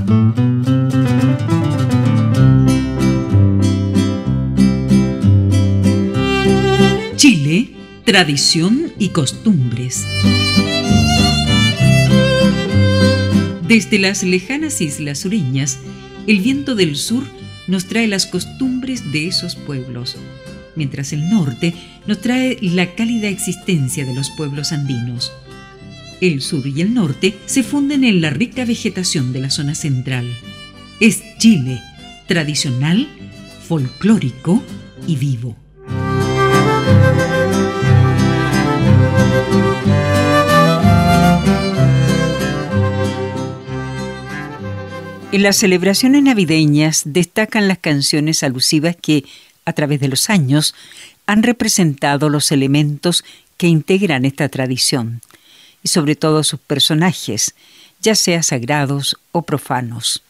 Chile, tradición y costumbres. Desde las lejanas islas sureñas, el viento del sur nos trae las costumbres de esos pueblos, mientras el norte nos trae la cálida existencia de los pueblos andinos. El sur y el norte se funden en la rica vegetación de la zona central. Es Chile, tradicional, folclórico y vivo. En las celebraciones navideñas destacan las canciones alusivas que, a través de los años, han representado los elementos que integran esta tradición, y sobre todo sus personajes, ya sea sagrados o profanos.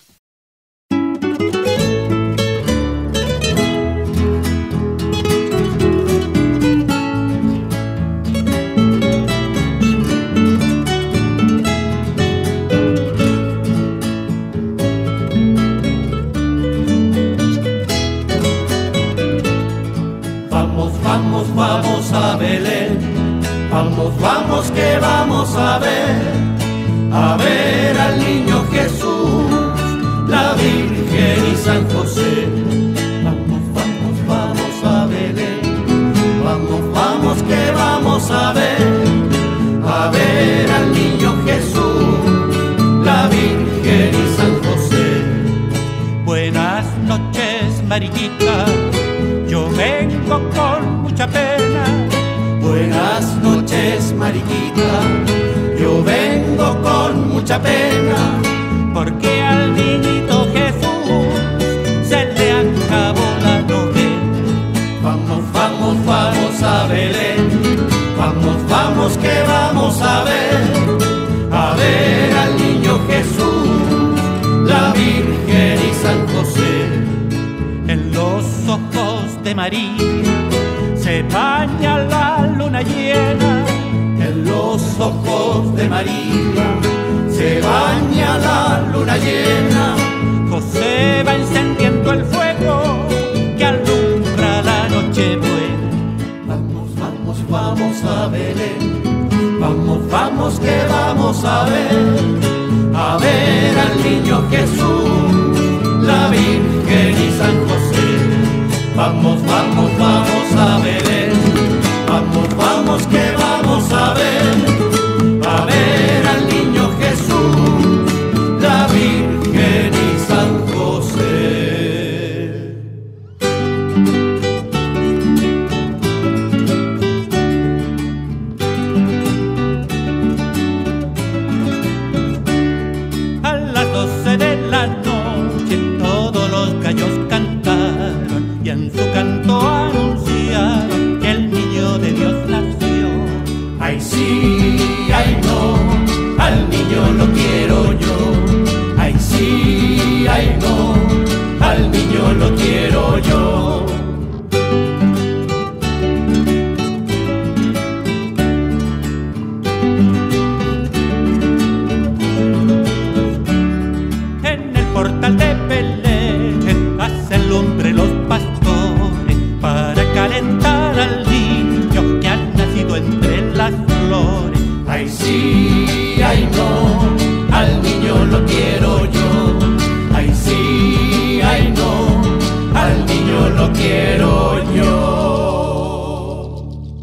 Vamos a Belén, vamos que vamos a ver al niño Jesús, la Virgen y San José. Vamos a Belén, vamos que vamos a ver al niño Jesús, la Virgen y San José. Buenas noches, Mariquita, yo vengo con mucha pena. Buenas noches, Mariquita, yo vengo con mucha pena, porque al niñito Jesús se le acabó la novena. Vamos a Belén, vamos que vamos a ver al niño Jesús, la Virgen y San José. En los ojos de María se baña la luna llena. En los ojos de María se baña la luna llena. José va encendiendo el fuego que alumbra la noche buena. Vamos a Belén, vamos que vamos a ver al niño Jesús, la Virgen y San José. Vamos a Belén, vamos que vamos a ver al niño Jesús, la Virgen y San José. A las 12 de la noche todos los gallos cantaron y en su canto anunciaron que el niño de Dios nació. Ay sí, ay no, al niño lo quiero yo. Ay sí, ay no, al niño lo quiero yo. En el portal de Belén hacen lumbre los pastores para calentar al niño que ha nacido entre las flores. Ay sí, ay no, al niño lo quiero yo. Ay sí, ay no, al niño lo quiero yo.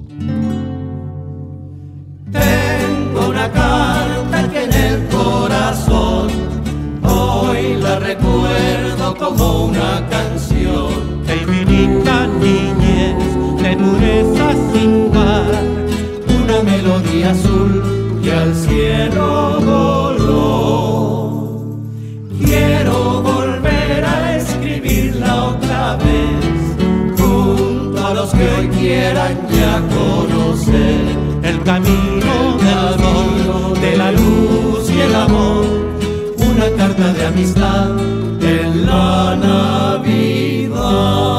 Tengo una carta que en el corazón hoy la recuerdo como una canción. De infinita niñez, de pureza sin par, Una melodía azul que al cielo voló. Quiero volver a escribirla otra vez, junto a los que hoy quieran ya conocer el camino del sol, de la luz y el amor. Una carta de amistad en la Navidad.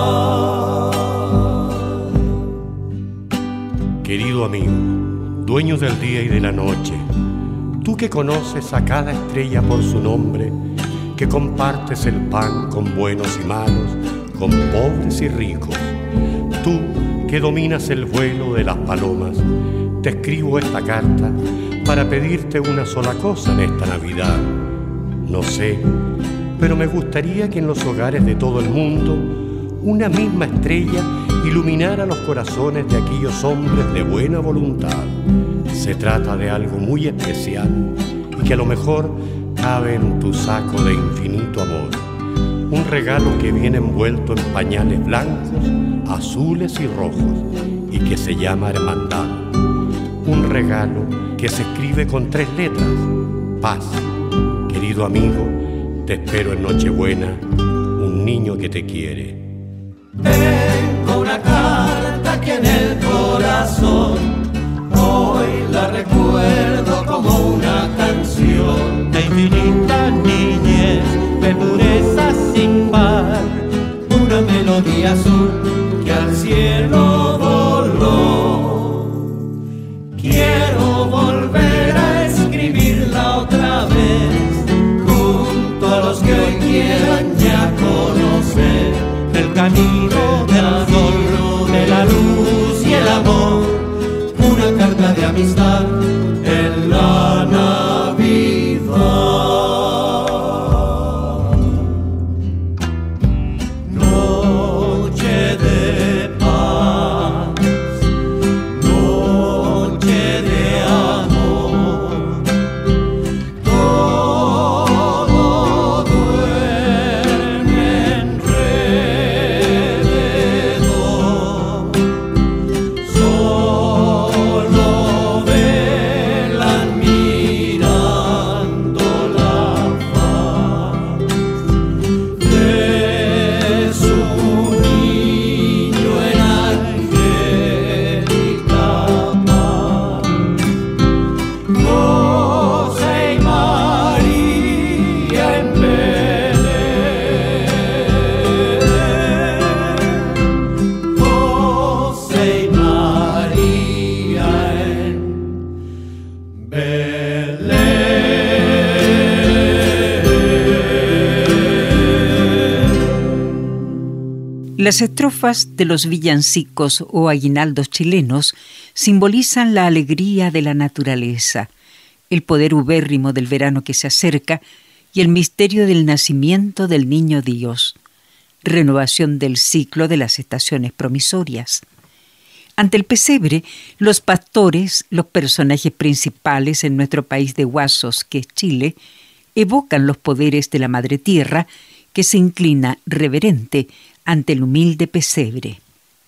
Querido amigo, dueño del día y de la noche, tú que conoces a cada estrella por su nombre que compartes el pan con buenos y malos, con pobres y ricos. Tú que dominas el vuelo de las palomas, te escribo esta carta para pedirte una sola cosa en esta Navidad. No sé, pero me gustaría que en los hogares de todo el mundo una misma estrella iluminara los corazones de aquellos hombres de buena voluntad. Se trata de algo muy especial y que a lo mejor cabe en tu saco de infinito amor. Un regalo que viene envuelto en pañales blancos, azules y rojos y que se llama hermandad. Un regalo que se escribe con 3 letras: paz. Querido amigo, te espero en Nochebuena, un niño que te quiere. Tengo una carta aquí en el corazón, hoy la recuerdo como una canción. De infinita niñez, de pureza sin par, una melodía azul que al cielo voló. Quiero volver a escribirla otra vez, junto a los que hoy quieran ya conocer del camino del sol, de la luz y el amor, una carta de amistad en la Navidad. Noche de paz, noche de amor, todo duerme alrededor, solo velan mirando la faz de su niño en angélica paz. José y María en Belén, José y María en Belén. Las estrofas de los villancicos o aguinaldos chilenos simbolizan la alegría de la naturaleza, el poder ubérrimo del verano que se acerca y el misterio del nacimiento del niño Dios, renovación del ciclo de las estaciones promisorias. Ante el pesebre, los pastores, los personajes principales en nuestro país de guasos, que es Chile, evocan los poderes de la Madre Tierra, que se inclina reverente ante el humilde pesebre.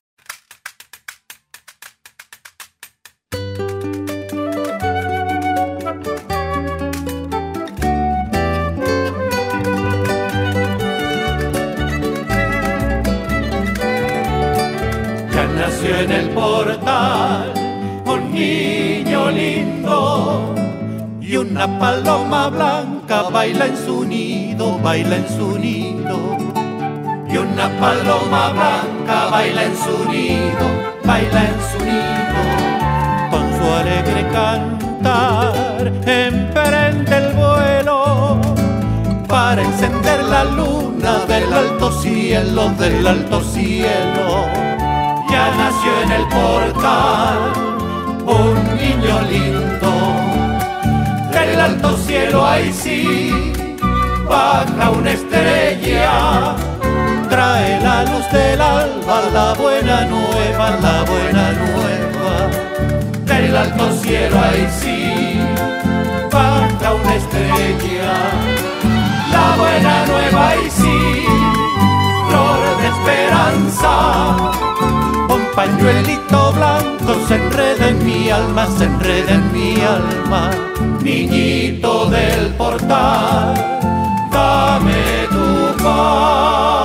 Ya nació en el portal un niño lindo y una paloma blanca baila en su nido, baila en su nido. Y una paloma blanca baila en su nido, baila en su nido. con su alegre cantar emprende el vuelo Para encender la luna del alto cielo, del alto cielo. Ya nació en el portal un niño lindo. Del alto cielo ahí sí baja una estrella. Trae la luz del alba, la buena nueva, la buena nueva. Del alto cielo ahí sí baja una estrella. La buena nueva ahí sí, flor de esperanza. Un pañuelito blanco se enreda en mi alma, se enreda en mi alma. Niñito del portal, dame tu paz.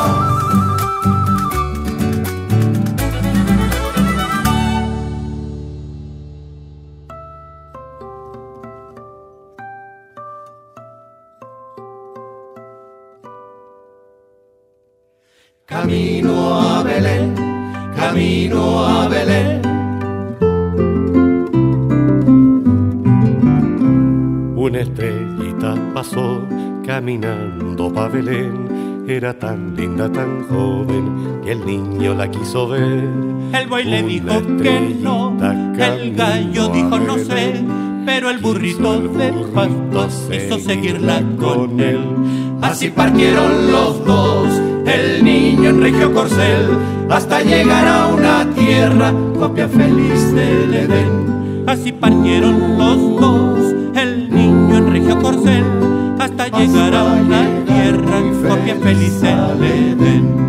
Camino a Belén, camino a Belén. Una estrellita pasó caminando pa' Belén, era tan linda, tan joven, que el niño la quiso ver. El buey le dijo que no, el gallo dijo no sé, pero el burrito de pasto quiso seguirla con él. Así partieron los dos, el niño en regio corcel, hasta llegar a una tierra, copia feliz del Edén. Así partieron los dos, el niño en regio corcel, hasta llegar a una tierra, copia feliz del Edén.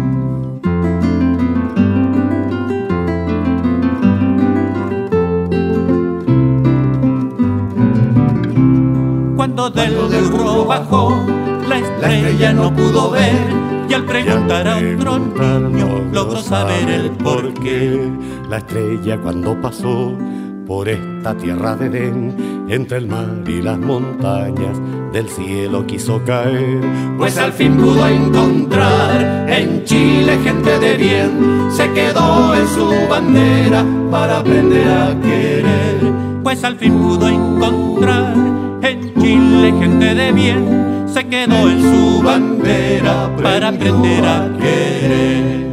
Cuando del burro bajó, la estrella no pudo ver, y al preguntar a otro niño logró saber el porqué. La estrella cuando pasó por esta tierra de Edén, entre el mar y las montañas del cielo quiso caer, pues al fin pudo encontrar en Chile gente de bien, se quedó en su bandera para aprender a querer. Pues al fin pudo encontrar en Chile gente de bien, se quedó en su bandera para aprender a querer.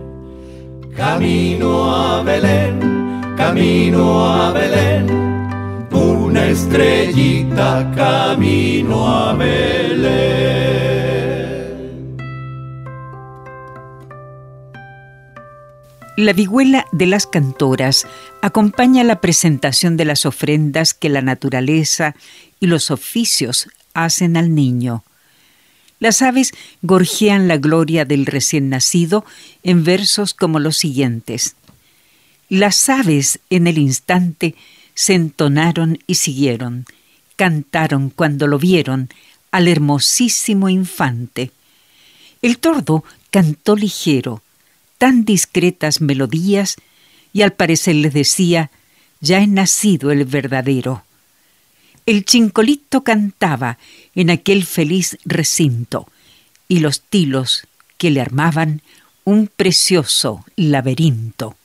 Camino a Belén, camino a Belén, una estrellita camino a Belén. La vihuela de las cantoras acompaña la presentación de las ofrendas que la naturaleza y los oficios hacen al niño. Las aves gorjean la gloria del recién nacido en versos como los siguientes. Las aves en el instante se entonaron y siguieron, cantaron cuando lo vieron al hermosísimo infante. El tordo cantó ligero, tan discretas melodías, y al parecer les decía, ya he nacido el verdadero. El chincolito cantaba en aquel feliz recinto, y los tilos que le armaban un precioso laberinto.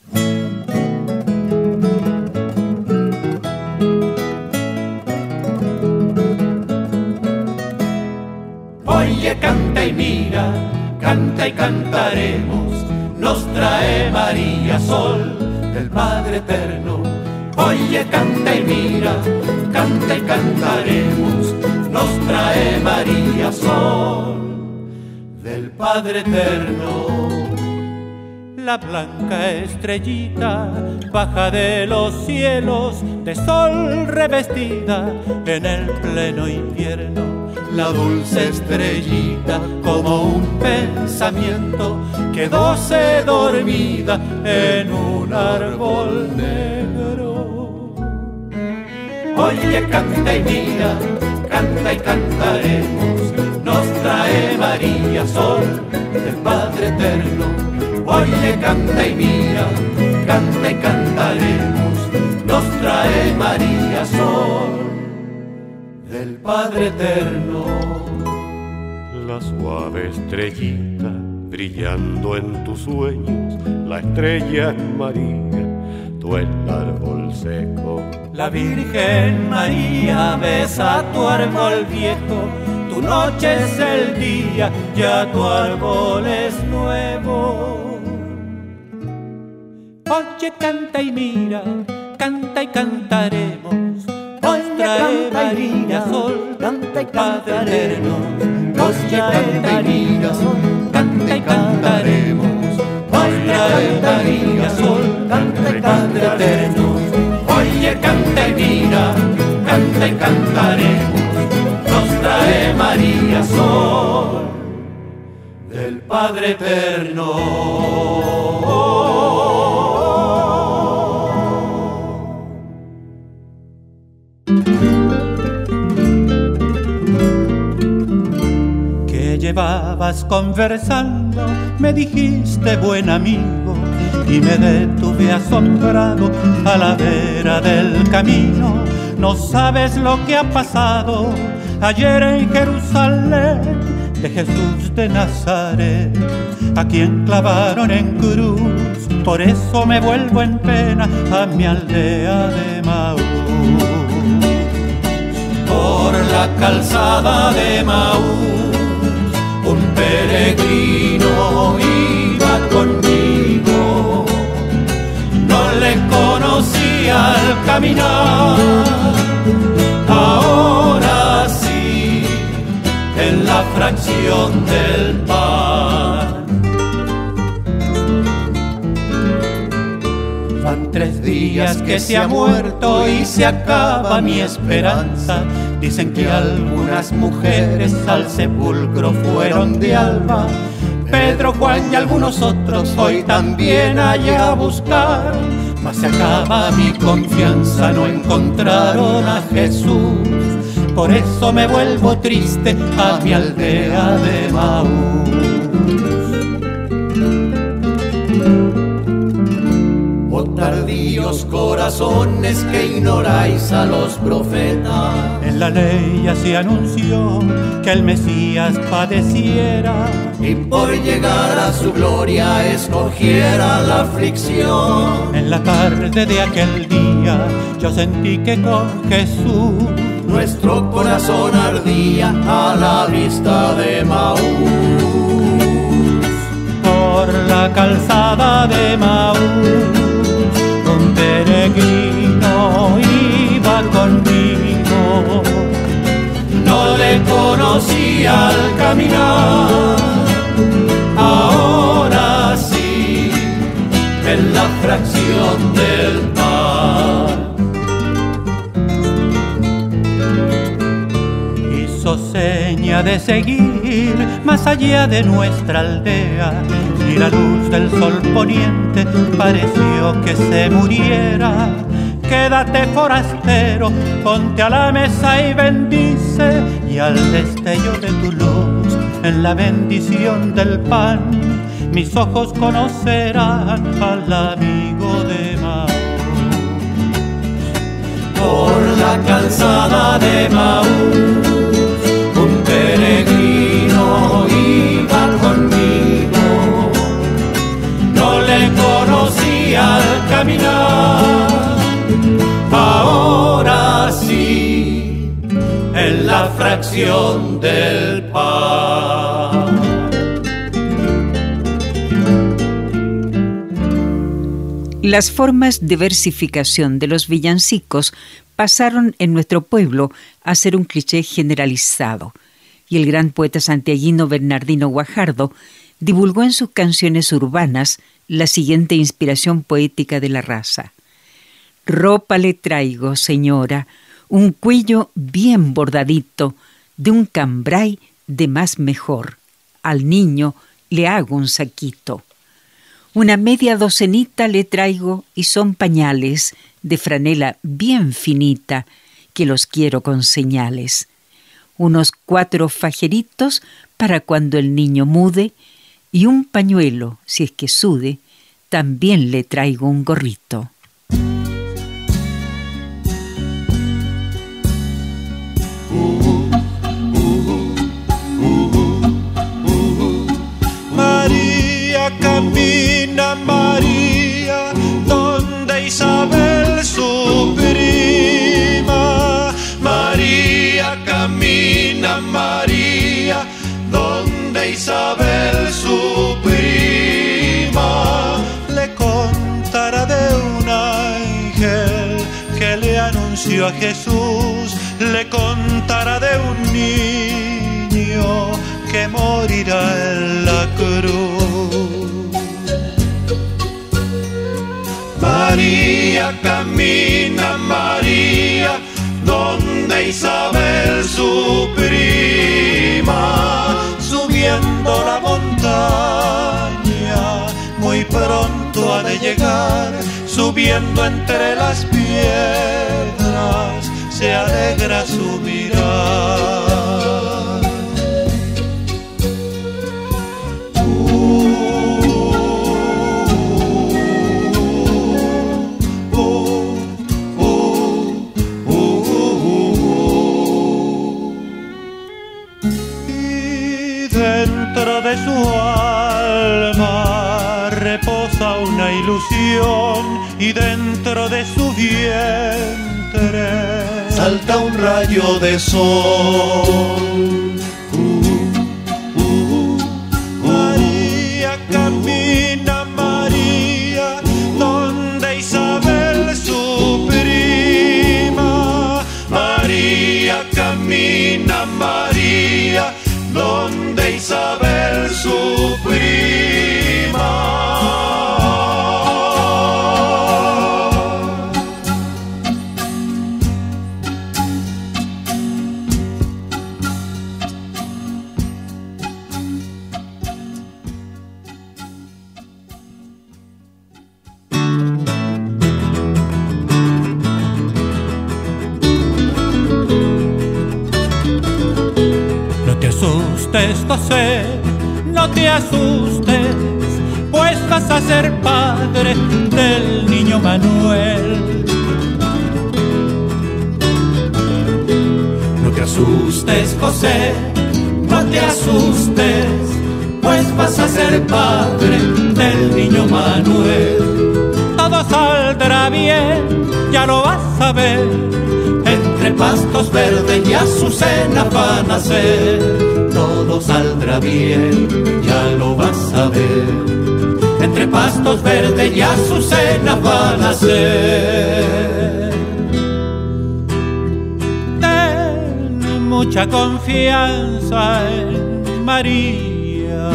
Oye, canta y mira, canta y cantaremos, nos trae María Sol del Padre Eterno. Oye, canta y mira, canta y cantaremos, nos trae María Sol del Padre Eterno. La blanca estrellita baja de los cielos, de sol revestida en el pleno invierno. La dulce estrellita, como un pensamiento, quedóse dormida en un árbol negro. Oye, canta y mira, canta y cantaremos, nos trae María Sol del Padre Eterno. Oye, canta y mira, canta y cantaremos, nos trae María Sol del Padre Eterno. La suave estrellita brillando en tus sueños, la estrella es María, tú el árbol seco. La Virgen María besa tu árbol viejo, tu noche es el día, ya tu árbol es nuevo. Oye, canta y mira, canta y cantaremos, nos trae María Sol, canta y Padre Eterno. Oye, canta y mira, Canta y cantaremos, nos trae María Sol, canta y Padre Eterno. Oye, canta y mira, canta y cantaremos, nos trae María Sol del Padre Eterno. Que llevabas conversando, me dijiste buen amigo, y me detuve asombrado a la vera del camino. No sabes lo que ha pasado ayer en Jerusalén, de Jesús de Nazaret, a quien clavaron en cruz. Por eso me vuelvo en pena a mi aldea de Maús. Por la calzada de Maús, un peregrino iba conmigo. No le conocía al caminar, ahora sí, en la fracción del pan. Van 3 días que se ha muerto y se acaba mi esperanza. Dicen que algunas mujeres al sepulcro fueron de alba. Pedro, Juan y algunos otros hoy también allá buscaron. Mas se acaba mi confianza, no encontraron a Jesús. Por eso me vuelvo triste a mi aldea de Maús. Tardíos corazones que ignoráis a los profetas. En la ley ya se anunció que el Mesías padeciera y por llegar a su gloria escogiera la aflicción. En la tarde de aquel día yo sentí que con Jesús nuestro corazón ardía a la vista de Maús. Por la calzada de Maús un peregrino iba conmigo. No le conocía al caminar, ahora sí, en la fracción del pan. Hizo seña de seguir más allá de nuestra aldea y la luz del sol poniente pareció que se muriera. Quédate forastero, ponte a la mesa y bendice, y al destello de tu luz, en la bendición del pan, mis ojos conocerán al amigo de Maús. Por la calzada de Maús un peregrino iba conmigo. No le conocía al caminar, ahora sí, en la fracción del pan. Las formas de versificación de los villancicos pasaron en nuestro pueblo a ser un cliché generalizado, y el gran poeta santiaguino Bernardino Guajardo divulgó en sus canciones urbanas la siguiente inspiración poética de la raza. Ropa le traigo, señora, un cuello bien bordadito, de un cambray de más mejor. Al niño le hago un saquito. Una media docenita le traigo y son pañales de franela bien finita, que los quiero con señales. Unos 4 fajeritos para cuando el niño mude y un pañuelo, si es que sude, también le traigo un gorrito. María camina, María, donde Isabel su prima. María camina, María, donde Isabel su prima. Le contará de un ángel que le anunció a Jesús. Le contará de un niño que morirá en la cruz. María camina, María, donde Isabel su prima. Subiendo la montaña, muy pronto ha de llegar. Subiendo entre las piedras, se alegra su mirar. Y dentro de su alma reposa una ilusión, y dentro de su vientre salta un rayo de sol. María camina, María, donde Isabel su prima. María camina, María, donde Isabel su prima. José, no te asustes, pues vas a ser padre del niño Manuel. No te asustes, José, no te asustes, pues vas a ser padre del niño Manuel. Todo saldrá bien, ya lo vas a ver. Entre pastos verdes y azucenas va a nacer. Todo saldrá bien, ya lo vas a ver. Entre pastos verdes y azucenas va a nacer. Ten mucha confianza en María.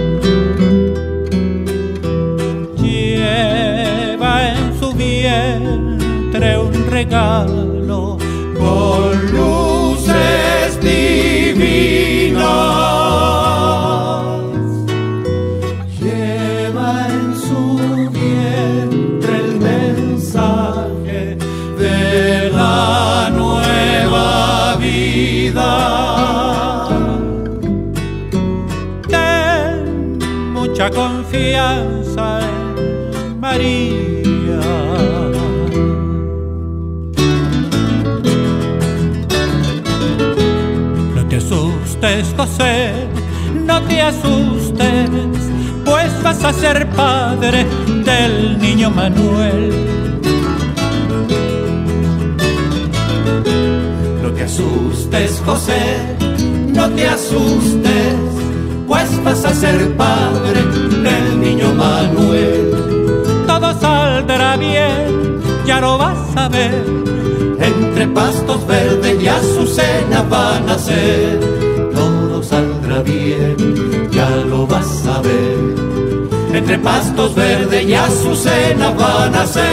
Lleva en su vientre un regalo con luces divinas. Lleva en su vientre el mensaje de la nueva vida. Ten mucha confianza en María. José, no te asustes, pues vas a ser padre del niño Manuel. No te asustes, José, no te asustes, pues vas a ser padre del niño Manuel. Todo saldrá bien, ya lo vas a ver. Entre pastos verdes y azucenas va a nacer. Saldrá bien, ya lo vas a ver. Entre pastos verdes y azucenas van a nacer.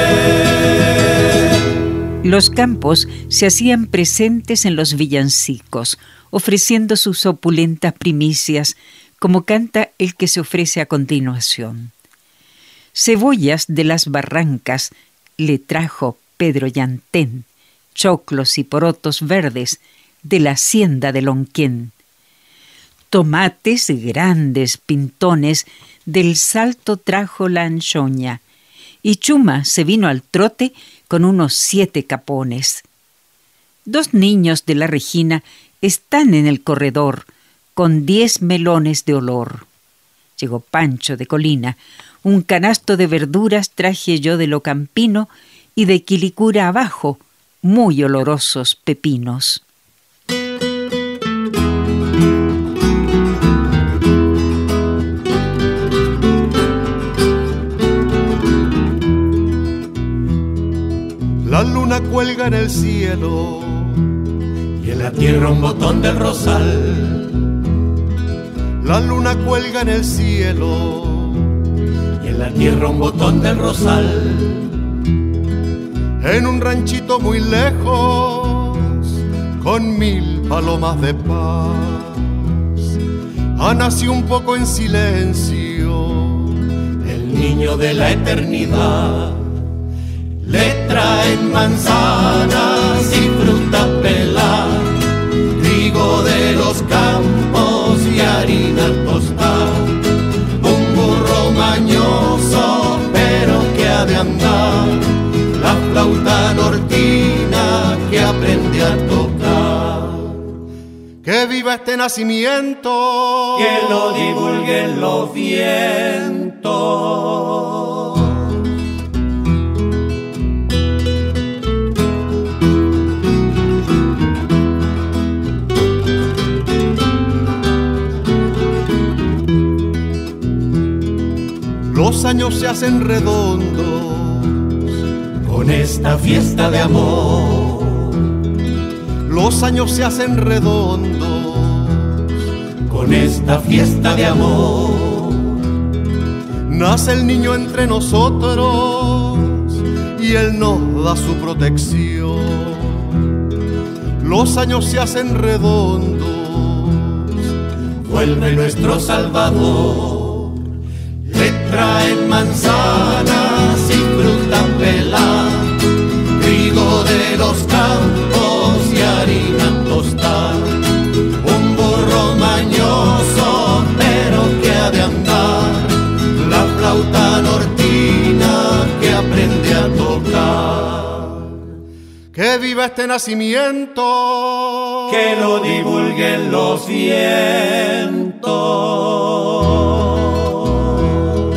Los campos se hacían presentes en los villancicos, ofreciendo sus opulentas primicias, como canta el que se ofrece a continuación. Cebollas de las barrancas le trajo Pedro Yantén, choclos y porotos verdes de la hacienda de Lonquén. Tomates grandes, pintones, del Salto trajo la anchoña, y Chuma se vino al trote con unos 7 capones. 2 niños de la Regina están en el corredor, con 10 melones de olor. Llegó Pancho de Colina, un canasto de verduras traje yo de lo campino, y de Quilicura abajo, muy olorosos pepinos. La luna cuelga en el cielo y en la tierra un botón del rosal. La luna cuelga en el cielo y en la tierra un botón del rosal. En un ranchito muy lejos, con 1000 palomas de paz, ha nacido un poco en silencio el niño de la eternidad. Le traen manzanas y fruta pelada, trigo de los campos y harina tostada. Un burro mañoso, pero que ha de andar, la flauta nortina que aprende a tocar. Que viva este nacimiento, que lo divulguen los vientos. los años se hacen redondos con esta fiesta de amor. Los años se hacen redondos con esta fiesta de amor. Nace el niño entre nosotros y Él nos da su protección. Los años se hacen redondos, vuelve nuestro Salvador. Le traen manzanas y fruta pelada, trigo de los campos y harina tostada. Un burro mañoso, pero que ha de andar, la flauta nortina que aprende a tocar. que viva este nacimiento, que lo divulguen los vientos.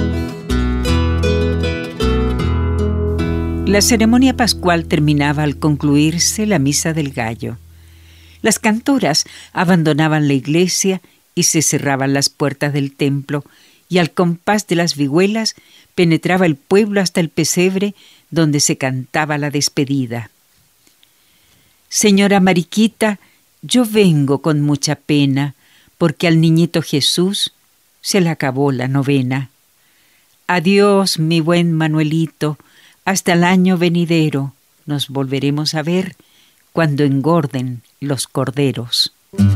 La ceremonia pascual terminaba al concluirse la misa del gallo. Las cantoras abandonaban la iglesia y se cerraban las puertas del templo, y al compás de las vihuelas penetraba el pueblo hasta el pesebre donde se cantaba la despedida. Señora Mariquita, yo vengo con mucha pena, porque al niñito Jesús se le acabó la novena. Adiós, mi buen Manuelito, hasta el año venidero nos volveremos a ver cuando engorden los corderos.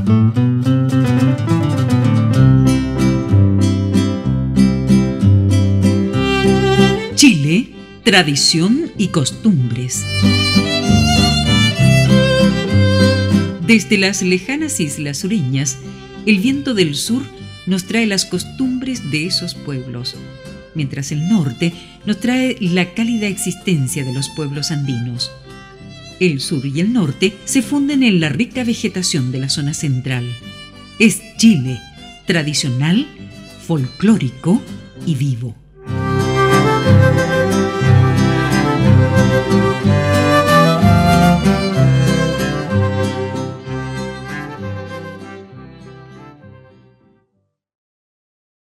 Chile, tradición y costumbres. Desde las lejanas islas sureñas, el viento del sur nos trae las costumbres de esos pueblos, mientras el norte nos trae la cálida existencia de los pueblos andinos. El sur y el norte se funden en la rica vegetación de la zona central. Es Chile, tradicional, folclórico y vivo.